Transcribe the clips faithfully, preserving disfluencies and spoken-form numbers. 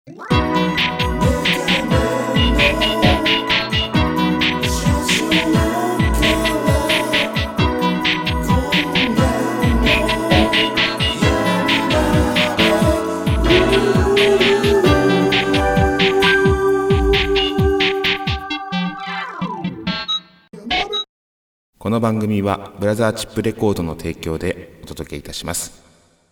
この番組はブラザーチップレコードの提供でお届けいたします。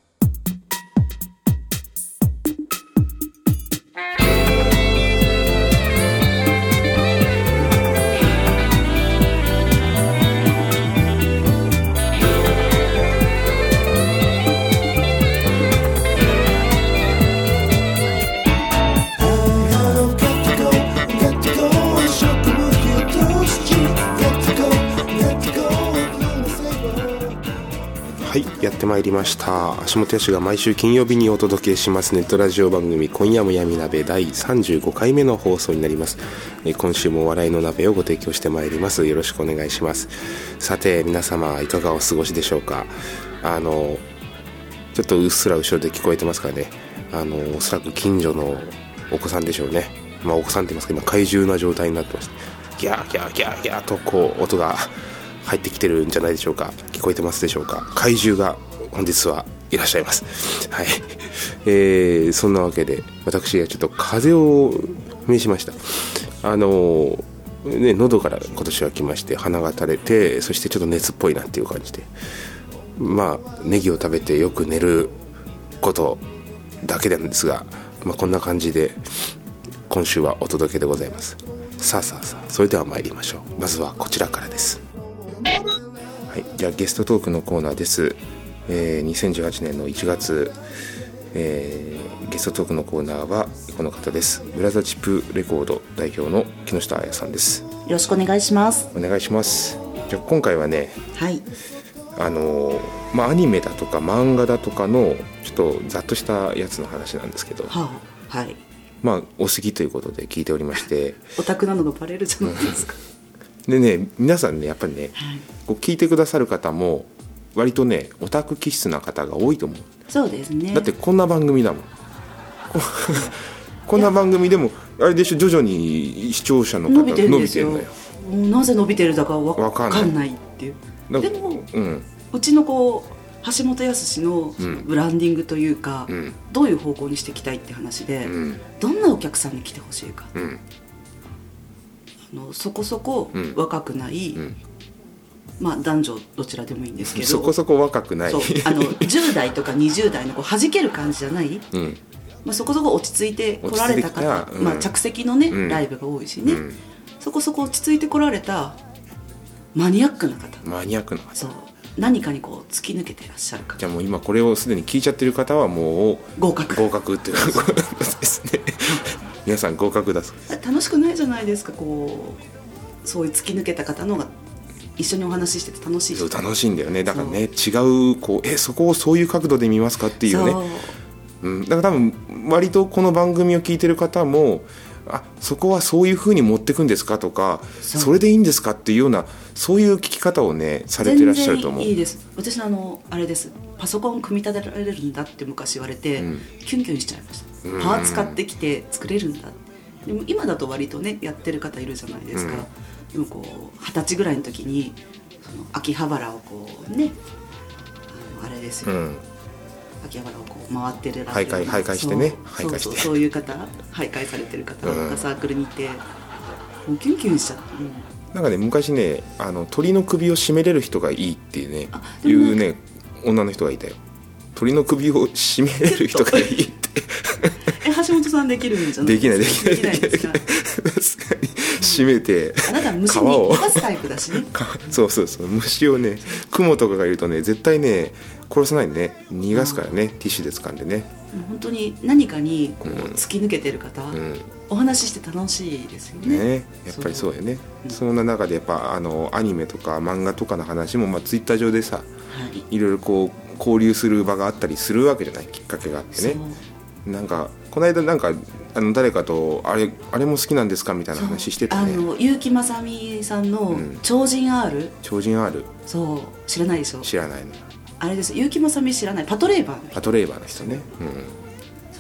はい、やってまいりました。足元屋が毎週金曜日にお届けしますネットラジオ番組今夜も闇鍋だいさんじゅうごかいめの放送になります。え今週も笑いの鍋をご提供してまいります。よろしくお願いします。さて皆様いかがお過ごしでしょうか。あのちょっとうっすら後ろで聞こえてますからね。あのおそらく近所のお子さんでしょうね。まあお子さんって言いますか、今怪獣な状態になってまして、ギャーギャーギャーギャーとこう音が入ってきてるんじゃないでしょうか。聞こえてますでしょうか。怪獣が本日はいらっしゃいます。はい、えー、そんなわけで私はちょっと風邪を召しました。あのね、喉から今年は来まして、鼻が垂れて、そしてちょっと熱っぽいなっていう感じで、まあネギを食べてよく寝ることだけなんですが、まあ、こんな感じで今週はお届けでございます。さあさあさあ、それでは参りましょう。まずはこちらからです。はい、じゃあゲストトークのコーナーです。えー、にせんじゅうはちねんのいちがつ、えー、ゲストトークのコーナーはこの方です。ブラザーチップレコード代表の木下彩さんです。 よろしくお願いします。 お願いします。じゃあ今回はね、 はい、 あのー、まあアニメだとか漫画だとかのちょっとざっとしたやつの話なんですけど、 はあ、はい、 まあお好きということで聞いておりましてオタクなのがバレるじゃないですか。 でね、皆さんねやっぱりね、 はい、 こう聞いてくださる方も割とねオタク気質な方が多いと思う。 そうですね。 だってこんな番組だもん。こんな番組でもあれでしょ、徐々に視聴者の方伸びてるんですよ。 伸びてるのよ。 もうなぜ伸びてるだかわわかんないかんないっていう。でも、 うん、 うちのこう橋本康のブランディングというか、 うん、 どういう方向にしていきたいって話で、 うん、 どんなお客さんに来てほしいか、 うん、 あのそこそこ若くない、 うん、 まあ男女どちらでもいいんですけど、 そこそこ若くない、 そうあのじゅう代とかにじゅう代のこう弾ける感じじゃない、 うん、 まあ、そこそこ落ち着いて来られた方、 うん、 まあ、着席のね、うん、ライブが多いしね、うん、そこそこ落ち着いて来られたマニアックな方、 マニアックな方、 そう何かにこう突き抜けてらっしゃる方。 じゃあもう今これをすでに聞いちゃってる方はもう合格合格っていうことですね。皆さん合格だそうです。 楽しくないじゃないですか、こうそういう突き抜けた方のが一緒にお話ししてて楽しい。 そう楽しいんだよね。だからね、違うこうえそこをそういう角度で見ますかっていうね。う、うん、だから多分割とこの番組を聞いてる方も、あそこはそういう風に持ってくんですかとか、 そ, それでいいんですかっていうようなそういう聞き方をねされてらっしゃると思う。 全然いいです。私のあのあれです、パソコン組み立てられるんだって昔言われて、うん、キュンキュンしちゃいました。パーツ買ってきて作れるんだ。でも今だと割とねやってる方いるじゃないですか、うん、でもこう二十歳ぐらいの時にその秋葉原をこうね あ, のあれですよ、うん、秋葉原をこう回ってるらしい、 徘徊徘徊してね、徘徊してそうそうそういう方、徘徊されてる方がサークルにいて、もうキュンキュンしちゃって、うん、 なんかね昔ねあの鳥の首を絞めれる人がいいっていうねいうね女の人がいたよ。鳥の首を絞めれる人がいいってえ橋本さんできるんじゃないですか。 できないできないできないですか。締めてあなた虫に逃がすタイプだしね。 そうそうそう、虫をね雲とかがいるとね絶対ね殺さないでね逃がすからね、ティッシュで掴んでね。 本当に何かにこう突き抜けてる方、うん、お話しして楽しいですよ ね, ねやっぱりそうよね。 そ, そんな中でやっぱあのアニメとか漫画とかの話も、まあ、ツイッター上でさ、はい、いろいろこう交流する場があったりするわけじゃない、きっかけがあってね。なんかこの間なんかあの誰かとあれあれも好きなんですかみたいな話してたね。 あの結城まさみさんの超人 R、うん、 超人 R そう知らないでしょ。 知らないの。 あれです、結城まさみ知らない、パトレーバーの人。 パトレーバーの人ね、うん、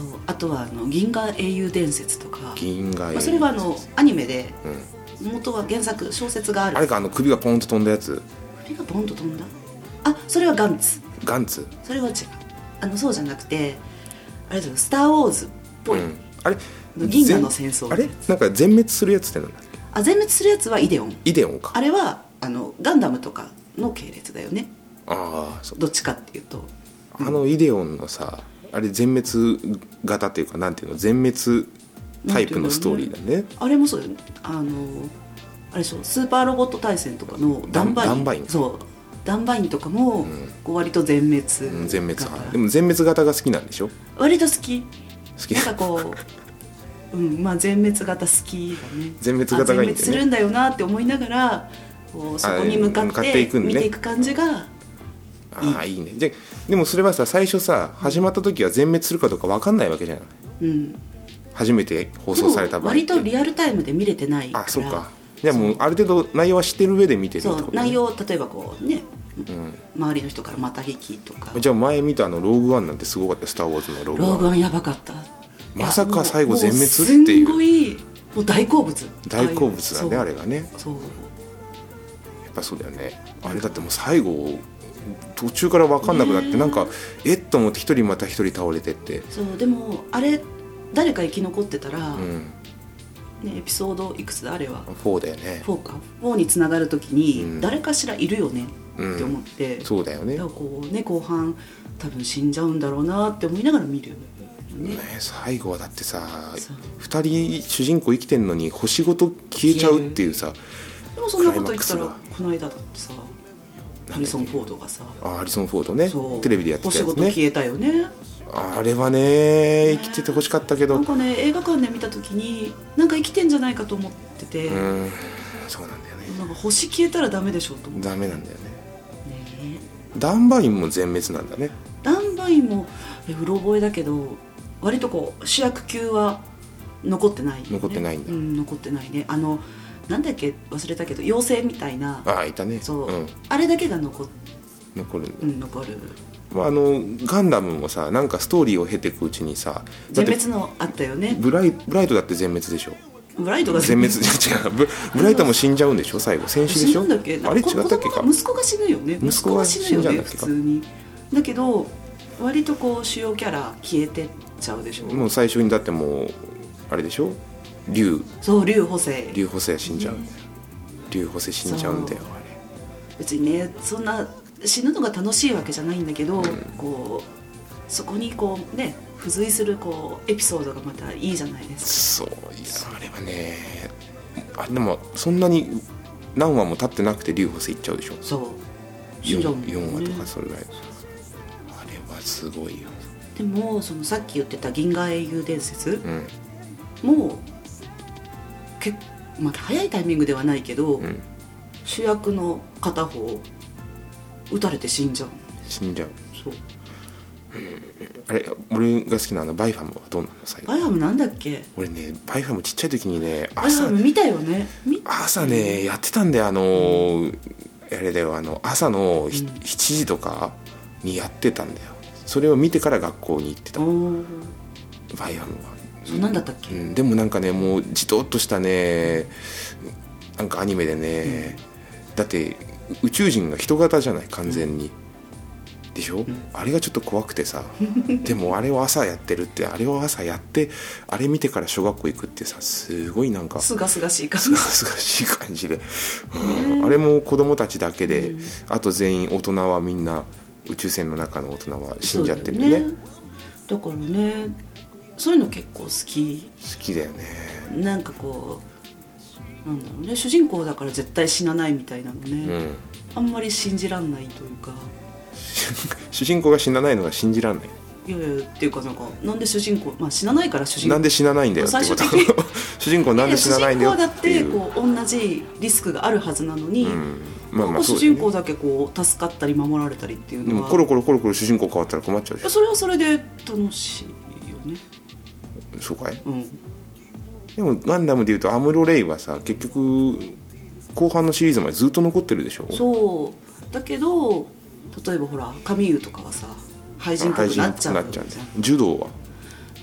そうあとはあの銀河英雄伝説とか銀河英雄、 まあ、それはあのアニメで、 うん、 元は原作小説がある。 あれか、あの首がポンと飛んだやつ。 首がポンと飛んだ、あ、それはガンツ。 ガンツ。 それは違う、あのそうじゃなくてあれだよ、スター・ウォーズっぽい、うん、 あれ銀河の戦争。 あれなんか全滅するやつってなんだっけ。 あ、全滅するやつはイデオン。 イデオンか。 あれはあのガンダムとかの系列だよね。 ああ、そう。 どっちかっていうと、 あのイデオンのさ、あれ全滅型っていうか、なんていうの、全滅タイプのストーリーだね。 あれもそうよね。あのあれでしょ、スーパーロボット対戦とかのダンバイン、 ダンバインそうダンバインとかも、うん、こう割と全滅型、 うん、全滅派。でも全滅型が好きなんでしょ。 割と好き。 好き。 なんかこう、うん、まあ全滅型好きだね。 全滅型がいいんだよね。 全滅するんだよなって思いながら、こうそこに向かっていくん、ね、 見ていく感じが。 ああ、いいね。で、でもそれはさ、最初さ、始まった時は全滅するかどうか分かんないわけじゃない。うん。初めて放送された場合。 割とリアルタイムで見れてないから。 あ、そうか。じゃあもうある程度内容は知ってる上で見てるってことね。 そう、内容例えばこうね、うん、周りの人からまた引きとか。 じゃあ前見たあのローグワンなんてすごかった。スター・ウォーズのローグワン。 ローグワンやばかった。 まさか最後全滅っていう。 すごい、もう大好物。 大好物だね、あれがね。 そう。やっぱそうだよね。あれだってもう最後途中から分かんなくなって、なんかえっと思って一人また一人倒れてって。 そうでもあれ誰か生き残ってたら、 うんね、エピソードいくつだあれは。 フォーだよね。 フォーか。フォーにつながるときに誰かしらいるよねって思って、 うん、そうだよね。 だからこうね、後半多分死んじゃうんだろうなって思いながら見るよね。 ね、最後はだってさ、ふたり主人公生きてんのに星ごと消えちゃうっていうさ。 でもそんなこと言ったらこの間だってさ、ハリソン・フォードがさ、 あ、ハリソン・フォードね、テレビでやってたやつね。 星ごと消えたよね。 あれはね、生きててほしかったけど、 なんかね、映画館で見た時になんか生きてんじゃないかと思ってて、 うん、そうなんだよね。 なんか星消えたらダメでしょと思って。 ダメなんだよね。ね、ダンバインも全滅なんだね。 ダンバインもうろ覚えだけど、割とこう主役級は残ってない、ね、 残ってないんだ、 うん、残ってないね。あのなんだっけ忘れたけど、妖精みたいな、 ああいたね。 そう、 うん、 あれだけが残残る、 うん、残る。 まあ、あのガンダムもさ、なんかストーリーを経ていくうちにさ、 全滅のあったよね。 ブライブライトだって全滅でしょ。 ブライトが全滅違う ブ, ブライトも死んじゃうんでしょ最後。戦死でしょ。 死ぬんだっけ。 あれ違ったっけか。 息子が死ぬよね。 息子が死ぬよね普通に。だけど割とこう主要キャラ消えてっちゃうでしょ。もう最初にだってもうあれでしょ、竜。 そう、竜補正竜補正死んじゃうんだよ、ね、竜補正死んじゃうんだよ。あれ別にね、そんな死ぬのが楽しいわけじゃないんだけど、うん、こうそこにこうね付随するこうエピソードがまたいいじゃないですか。そう、いやあれはね、あでもそんなに何話も経ってなくて竜補正いっちゃうでしょ。 そう死んじゃうんだよね、よんわとかそれぐらい。あれはすごいよ。 でもそのさっき言ってた銀河英雄伝説、 うん、 もう結構、まあ、早いタイミングではないけど、うん、主役の片方撃たれて死んじゃう。 死んじゃう。 そう、 うん、あれ俺が好きなあのバイファムはどうなの最後。 バイファムなんだっけ。 俺ねバイファムちっちゃい時にね朝見たよね。 朝ねやってたんだよ。あのーうん、あれだよ、あの朝の、うん、しちじとかにやってたんだよ。それを見てから学校に行ってた。バイファムはそうなんだったっけ、 うん、でもなんかねもうじとっとしたねなんかアニメでね、うん、だって宇宙人が人型じゃない完全に、うん、でしょ、うん、あれがちょっと怖くてさでもあれを朝やってるって、あれを朝やってあれ見てから小学校行くってさ、すごいなんかすがすがしい感じ、 すがすがしい感じで、うん、あれも子供たちだけで、うん、あと全員大人はみんな宇宙船の中の大人は死んじゃってる ね, だ, ねだからね、そういうの結構好き好きだよね。 なんかこうなんだろうね、主人公だから絶対死なないみたいなのね、うん、あんまり信じらんないというか主人公が死なないのが信じらんない。 いやいやっていうかなんかなんで主人公、まあ死なないから主人公なんで死なないんだよってこと主人公なんで死なないんだよっていう。 主人公だってこう同じリスクがあるはずなのに、うんまあまあ主人公だけこう助かったり守られたりっていうのは、 でもコロコロコロコロ主人公変わったら困っちゃうじゃん。 それはそれで楽しいよね。 そうかい、 うん、 でもガンダムでいうとアムロレイはさ結局後半のシリーズまでずっと残ってるでしょ。 そうだけど例えばほらカミーユとかはさ廃人っぽくなっちゃうじゃん。 柔道は柔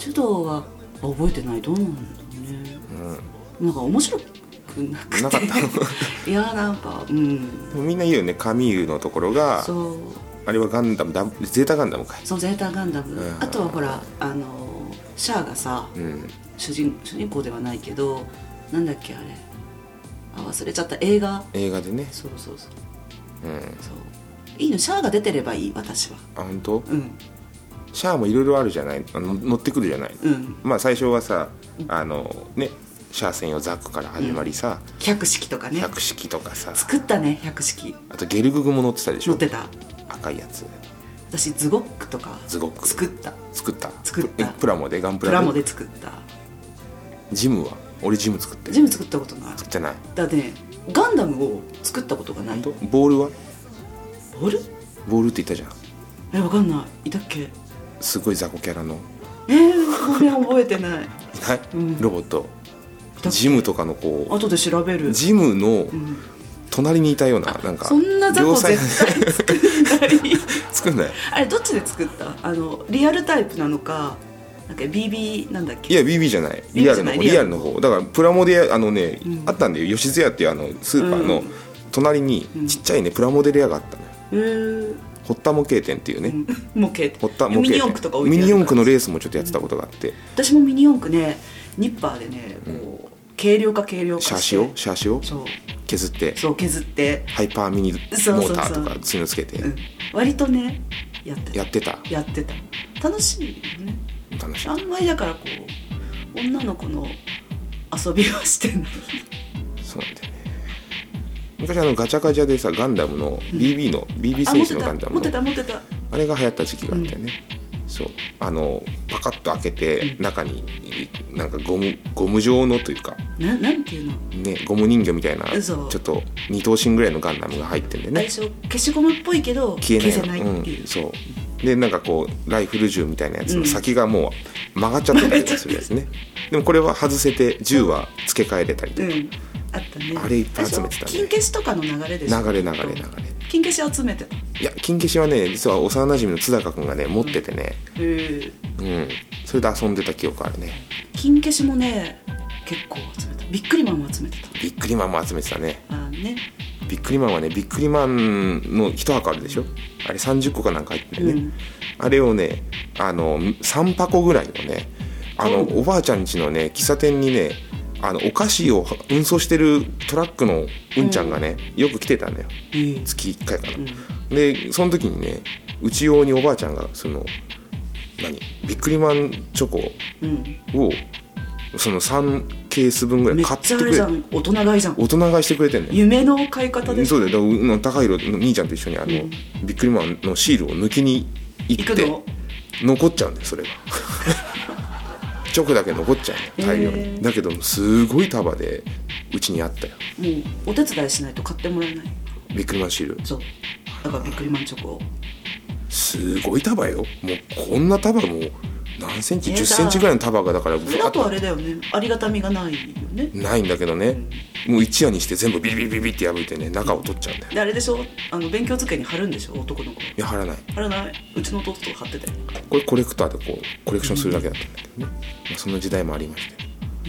手動は覚えてない。どうなんだろうね、うん、なんか面白くなくてなかったいやなんかうんでもみんな言うよね、カミーユのところがそうあれはガンダムダゼータガンダムかい。 そうゼータガンダム、 うん、 あとはほらあのシャアがさ、うん、主人主人公ではないけどなんだっけあれあ忘れちゃった映画映画でね。 そうそうそう、 うん、 そういいのシャアが出てればいい私は。 あ本当？ うんシャアもいろいろあるじゃない、あの乗ってくるじゃない、 うん、 まあ最初はさあのねシャア専用ザックから始まりさ、 うん、百式とかね百式とかさ作ったね百式。 あとゲルググも乗ってたでしょ。 乗ってた赤いやつ。 私ズゴックとかズゴック作った作った作ったプラモでガンプラでプラモで作った。 ジムは俺ジム作ってる。 ジム作ったことない。 作ってない。 だってねガンダムを作ったことがない。 ボールはボールボールって言ったじゃん。 えわかんない。いたっけ。 すごい雑魚キャラのえー、ごめん覚えてない。 いない、うん、ロボットジムとかのこう後で調べる。 ジムの隣にいたような、うん、なんかそんな雑魚絶対作んない作んない。 あれどっちで作った？あのリアルタイプなのかなんか ビービー なんだっけ。 いや ビービー じゃないリアルの方リアルの方だからプラモデあのね、うん、あったんだよ吉津屋っていうあのスーパーの隣にちっちゃいねプラモデル屋があったのよ。へー堀田模型店っていうね、 うん、模型店堀田模型店ミニ四駆とか置いてある。ミニ四駆のレースもちょっとやってたことがあって、うん、 私もミニ四駆ねニッパーでねこう、うん、軽量化軽量化してシャーシをシャーシを削ってそう削ってハイパーミニモーターとかそういうのつけて、 うん、割とねやってたやってたやってた楽しいよね。 楽しい。 あんまりだからこう女の子の遊びはしてないそうなんだよね。昔あのガチャガチャでさガンダムの ビービー の、うん、ビービー 戦士のガンダムの持ってた持ってたあれが流行った時期があったよね、うん、そうあのパカッと開けて、うん、中になんかゴムゴム状のというかななんていうのねゴム人形みたいなちょっとに頭身ぐらいのガンダムが入ってんでね。 最初消しゴムっぽいけど消えないっていう、 うん、そうでなんかこうライフル銃みたいなやつの先がもう曲がっちゃってたりするやつね、うん、でもこれは外せて銃は付け替えれたりとか、うんあったね、 あれいっぱい集めてたね。 金消しとかの流れでしょ。 流れ流れ流れ金消し集めてた。いや金消しはね実は幼馴染の津高君がね持っててね、うん、へうんそれで遊んでた記憶あるね。 金消しもね結構集めた。ビックリマンも集めてた。 ビックリマンも集めてたね。 あねビックリマンはねビックリマンの一箱あるでしょ。あれさんじゅっこかなんか入っててね、うん、あれをねあのさん箱ぐらいをねあの、うん、おばあちゃん家のね喫茶店にねあのお菓子を運送してるトラックのうんちゃんがね、うん、よく来てたんだよ、うん、月いっかいかな、うん、でその時にねうち用におばあちゃんがその何ビックリマンチョコを、うん、そのさんケース分ぐらい買ってくれて。めっちゃあれじゃん大人買いじゃん。大人買いしてくれてんね。 夢の買い方です。 そうだよ。だから高弘の兄ちゃんと一緒にあの、うん、ビックリマンのシールを抜きに行って残っちゃうんだよそれがチョコだけ残っちゃう大量に、えー、だけどすごい束でうちにあったよ。 もうお手伝いしないと買ってもらえない。 ビックリマンシール。 そうだからビックリマンチョコすごい束よ。もうこんな束もう何センチ、えー、じゅっセンチぐらいの束がだからそれだとあれだよねありがたみがないよね。 ないんだけどね、うん、もう一夜にして全部ビリビリビリビリって破いてね中を取っちゃうんだよ。 であれでしょあの勉強机に貼るんでしょ男の子。いや貼らない貼らない。うちの弟と貼ってたよ。 これコレクターでこうコレクションするだけだったんだけどね、うんまあ、その時代もありまして、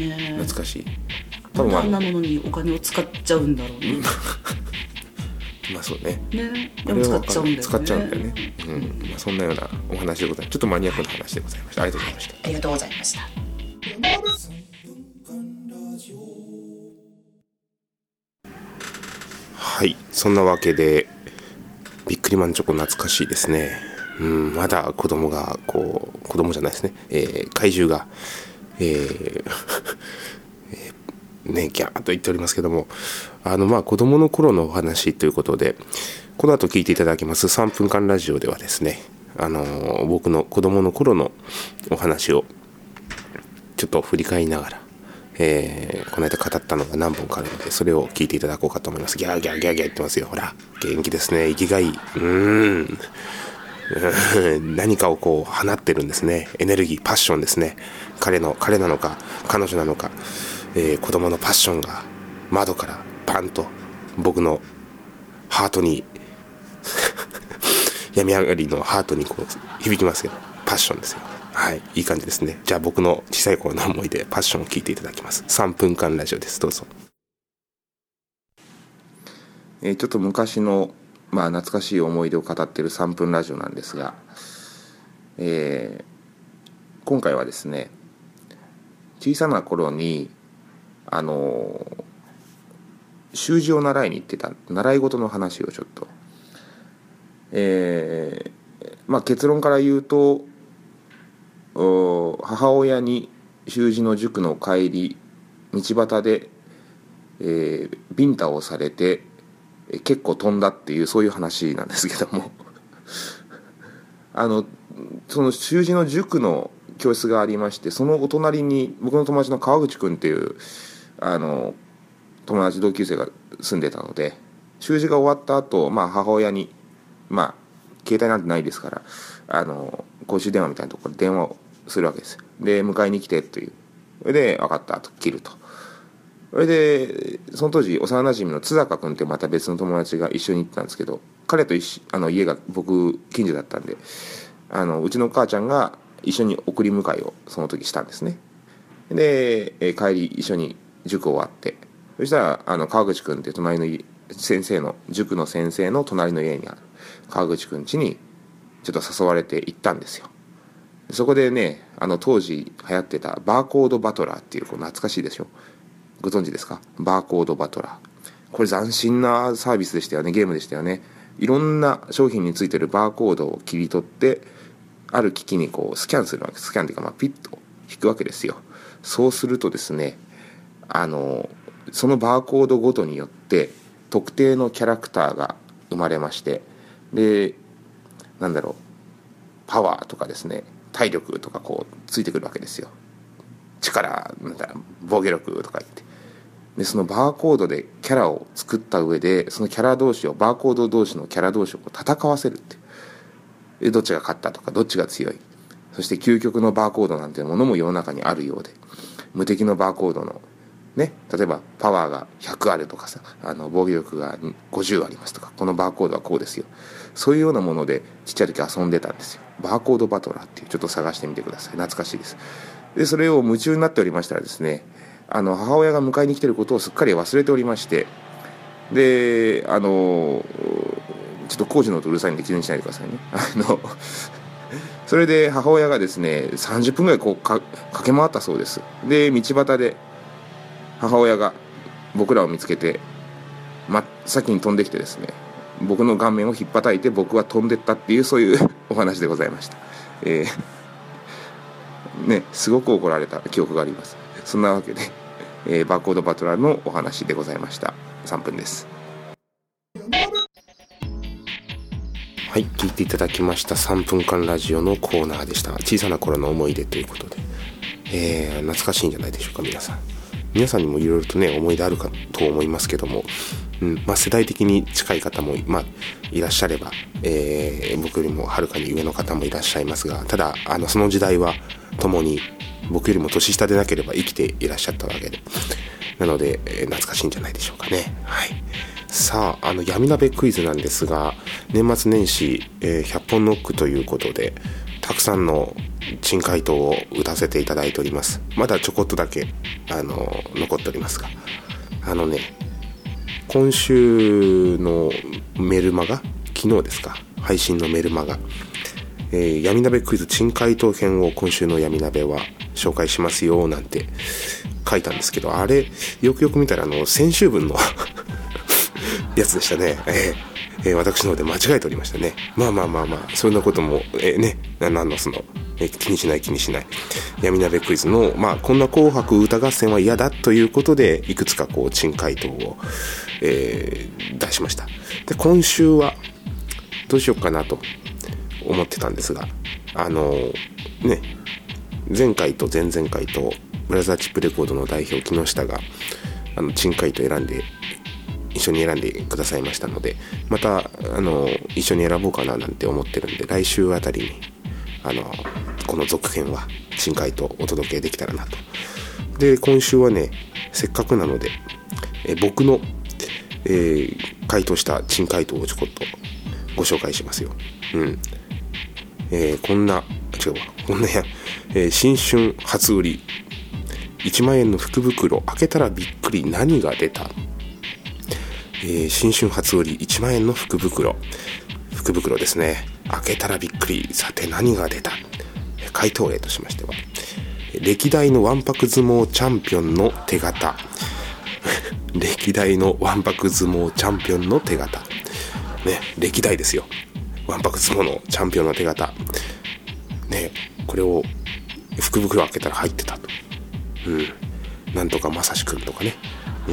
ね、懐かしい。 多分あんなものにお金を使っちゃうんだろうねまあそうね。 ねでも使っちゃうんだよね。 使っちゃうんだよね。うん。まあそんなようなお話でございます。ちょっとマニアックな話でございました。ありがとうございました。 ありがとうございました。 はい。そんなわけでビックリマンチョコ懐かしいですね。うん。まだ子供がこう子供じゃないですね。えー、怪獣が、えーえー、ねギャーッと言っておりますけども。あのまあ子供の頃のお話ということでこの後聞いていただきますさんぷんかんラジオではですねあの僕の子供の頃のお話をちょっと振り返りながら、えー、この間語ったのが何本かあるのでそれを聞いていただこうかと思います。ギャーギャーギャーギャー言ってますよ。ほら元気ですね。生きがいい。うーん何かをこう放ってるんですね。エネルギーパッションですね。彼の彼なのか彼女なのか、えー、子供のパッションが窓からパンと僕のハートに病み上がりのハートにこう響きますけどパッションですよ。 はい、いい感じですね。じゃあ僕の小さい頃の思い出、パッションを聞いていただきます。さんぷんかんラジオです。どうぞ。えー、ちょっと昔の、まあ、懐かしい思い出を語っているさんぷんラジオなんですが、えー、今回はですね、小さな頃にあのー、習字を習いに行ってた習い事の話をちょっと、えーまあ、結論から言うと、母親に習字の塾の帰り道端で、えー、ビンタをされて結構飛んだっていう、そういう話なんですけどもあのその習字の塾の教室がありまして、そのお隣に僕の友達の川口くんっていうあの友達同級生が住んでたので、習字が終わった後、まあ母親に、まあ携帯なんてないですから、あの公衆電話みたいなところで電話をするわけです。で迎えに来てという、それで分かったと切ると。それでその当時幼なじみの津坂君ってまた別の友達が一緒に行ってたんですけど、彼と一緒あの家が僕近所だったんで、あのうちの母ちゃんが一緒に送り迎えをその時したんですね。で、え帰り一緒に塾終わって、そしたらあの川口君って隣の先生の塾の先生の隣の家にある川口君家にちょっと誘われて行ったんですよ。そこでね、あの当時流行ってたバーコードバトラーっていう、こう懐かしいでしょ、ご存知ですか？バーコードバトラー、これ斬新なサービスでしたよね。ゲームでしたよね。いろんな商品についてるバーコードを切り取って、ある機器にこうスキャンするわけ。スキャンっていうか、まあピッと引くわけですよ。そうするとですね、あのそのバーコードごとによって特定のキャラクターが生まれまして、でなんだろう、パワーとかですね、体力とかこうついてくるわけですよ。力、なんだ防御力とか言って、でそのバーコードでキャラを作った上で、そのキャラ同士をバーコード同士のキャラ同士をこう戦わせるって、でどっちが勝ったとか、どっちが強い、そして究極のバーコードなんていうものも世の中にあるようで、無敵のバーコードのね、例えばパワーがひゃくあるとかさ、あの防御力がごじゅうありますとか、このバーコードはこうですよ、そういうようなものでちっちゃい時遊んでたんですよ。バーコードバトラーっていう、ちょっと探してみてください。懐かしいです。でそれを夢中になっておりましたらですね、あの母親が迎えに来てることをすっかり忘れておりまして、であのちょっと工事の音うるさいんで気にしないでくださいね。あのそれで母親がですねさんじゅっぷんぐらいこうか駆け回ったそうです。で道端で母親が僕らを見つけて真っ先に飛んできてですね、僕の顔面をひっぱいて僕は飛んでったっていう、そういうお話でございました。えー、ね、すごく怒られた記憶があります。そんなわけで、えー、バーコードバトラーのお話でございました。さんぷんです。はい、聞いていただきましたさんぷんかんラジオのコーナーでした。小さな頃の思い出ということで、えー、懐かしいんじゃないでしょうか。皆さん皆さんにもいろいろとね思い出あるかと思いますけども、うんまあ、世代的に近い方も、まあ、いらっしゃれば、えー、僕よりもはるかに上の方もいらっしゃいますが、ただあのその時代は共に僕よりも年下でなければ生きていらっしゃったわけで、なので、えー、懐かしいんじゃないでしょうかね。はい、さあ、あの闇鍋クイズなんですが、年末年始、えー、ひゃっぽんノックということでたくさんの珍回答を打たせていただいております。まだちょこっとだけあの残っておりますが、あのね今週のメルマガ、昨日ですか、配信のメルマガ、えー、闇鍋クイズ珍回答編を今週の闇鍋は紹介しますよなんて書いたんですけど、あれよくよく見たらあの先週分のやつでしたね。えーえー、私の方で間違えておりましたね。まあまあまあまあ、そんなことも、えー、ね、なんのその、えー、気にしない気にしない闇鍋クイズの、まあこんな紅白歌合戦は嫌だということで、いくつかこう珍回答を、えー、出しました。で今週はどうしようかなと思ってたんですが、あのー、ね前回と前々回とブラザーチップレコードの代表木下があの珍回答選んで一緒に選んでくださいましたので、またあの一緒に選ぼうかななんて思ってるんで、来週あたりにあのこの続編は珍回答お届けできたらなと。で今週はねせっかくなのでえ僕の、えー、回答した珍回答をちょこっとご紹介しますよ。うん、えー、こんな違うわこんなやえー、新春初売りいちまんえんの福袋開けたらびっくり何が出た、えー、新春初売りいちまんえんの福袋福袋ですね。開けたらびっくり、さて何が出た。回答例としましては、歴代のわんぱく相撲チャンピオンの手形歴代のわんぱく相撲チャンピオンの手形ね、歴代ですよ。わんぱく相撲のチャンピオンの手形ね、これを福袋開けたら入ってたと。うん、なんとかまさしくんとかね、うん、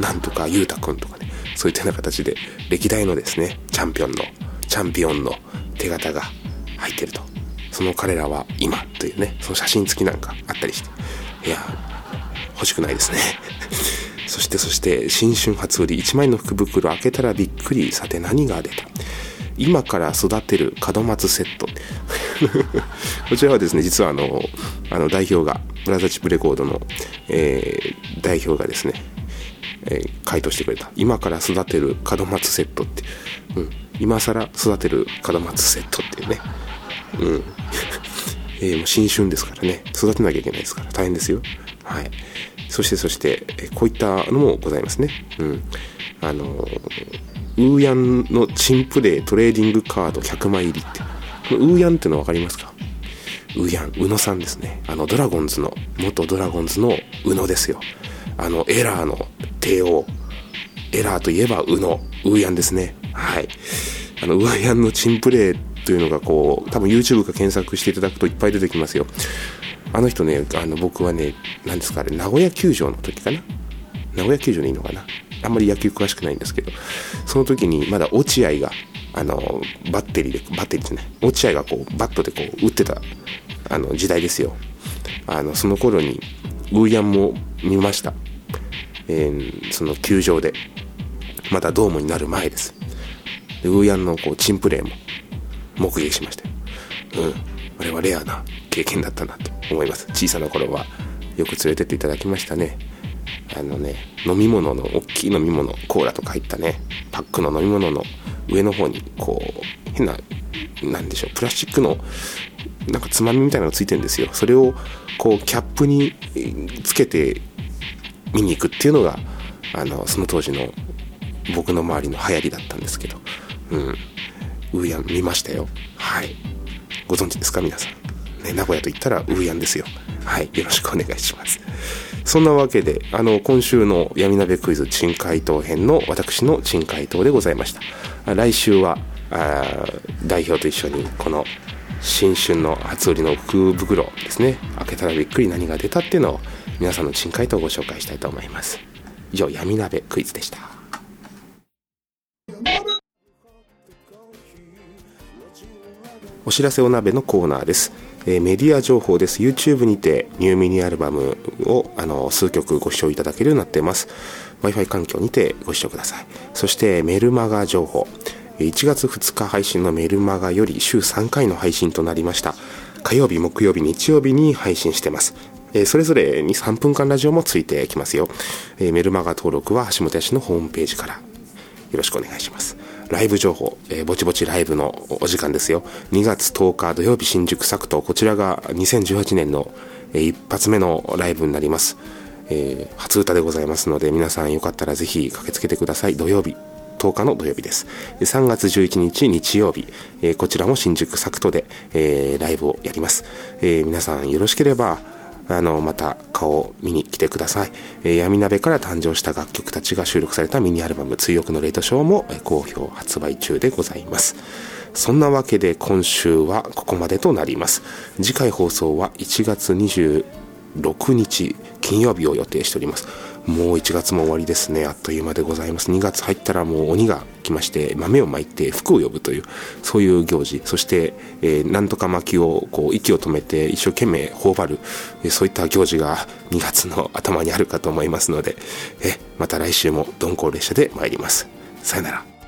なんとかゆうたくんとかね、そういったような形で歴代のですねチャンピオンのチャンピオンの手形が入ってると。その彼らは今というね、その写真付きなんかあったりして、いや欲しくないですねそしてそして新春初売りいちまんえんの福袋開けたらびっくり、さて何が出た。今から育てる門松セットこちらはですね、実はあのあの代表がブラザーチップレコードの、えー、代表がですね、えー、回答してくれた今から育てる門松セットって、うん、今更育てる門松セットっていうね、うんえー、もう新春ですからね、育てなきゃいけないですから大変ですよ。はい。そしてそして、えー、こういったのもございますね。うん、あのー、ウーヤンのチンプレイトレーディングカードひゃくまい入りって、このウーヤンっての分かりますか。ウーヤン、宇野さんですね。あのドラゴンズの元ドラゴンズの宇野ですよ。あのエラーの帝王、エラーといえば宇野、ウーヤンですね。はい。あのウーヤンのチンプレイというのがこう多分 YouTube か検索していただくといっぱい出てきますよ。あの人ね、あの僕はね、何ですかあれ、名古屋球場の時かな、名古屋球場でいいのかな、あんまり野球詳しくないんですけど、その時にまだ落合があのバッテリーでバッテリーですね、落合がこうバットでこう打ってたあの時代ですよ。あのその頃にウーヤンも見ました、えー、その球場でまだドームになる前です。でウーヤンのこうチンプレーも目撃しましたよ。うん、あれはレアな経験だったなと思います。小さな頃はよく連れてっていただきましたね。あのね、飲み物の大きい飲み物、コーラとか入ったねパックの飲み物の上の方にこう変な、なんでしょう、プラスチックのなんかつまみみたいなのがついてるんですよ。それをこうキャップにつけて見に行くっていうのがあのその当時の僕の周りの流行りだったんですけど、うん、ウーヤン見ましたよ。はい、ご存知ですか皆さん、ね、名古屋といったらウーヤンですよ。はい、よろしくお願いします。そんなわけであの今週の闇鍋クイズ珍回答編の私の珍回答でございました。来週はあ代表と一緒にこの新春の初売りの福袋ですね、開けたらびっくり何が出たっていうのを皆さんの珍回答をご紹介したいと思います。以上、闇鍋クイズでした。お知らせお鍋のコーナーです。えー、メディア情報です。 YouTube にてニューミニアルバムをあの数曲ご視聴いただけるようになっています。 Wi-Fi 環境にてご視聴ください。そしてメルマガ情報、いちがつふつか配信のメルマガより週さんかいの配信となりました。火曜日、木曜日、日曜日に配信してます。えー、それぞれにさんぷんかんラジオもついてきますよ。えー、メルマガ登録は橋本屋氏のホームページからよろしくお願いします。ライブ情報、えー、ぼちぼちライブのお時間ですよ。にがつとおか土曜日、新宿サクト、こちらがにせんじゅうはちねんの、えー、一発目のライブになります。えー、初歌でございますので皆さんよかったらぜひ駆けつけてください。土曜日とおかの土曜日です。さんがつじゅういちにち日曜日、えー、こちらも新宿サクトで、えー、ライブをやります。えー、皆さんよろしければあのまた顔を見に来てください。えー、闇鍋から誕生した楽曲たちが収録されたミニアルバム追憶のレイトショーも好評発売中でございます。そんなわけで今週はここまでとなります。次回放送はいちがつにじゅうろくにち金曜日を予定しております。もういちがつも終わりですね。あっという間でございます。にがつ入ったらもう鬼が来まして豆をまいて福を呼ぶというそういう行事、そして、えー、なんとか巻きをこう息を止めて一生懸命頬張る、えー、そういった行事がにがつの頭にあるかと思いますので、えまた来週も鈍行列車で参ります。さよなら。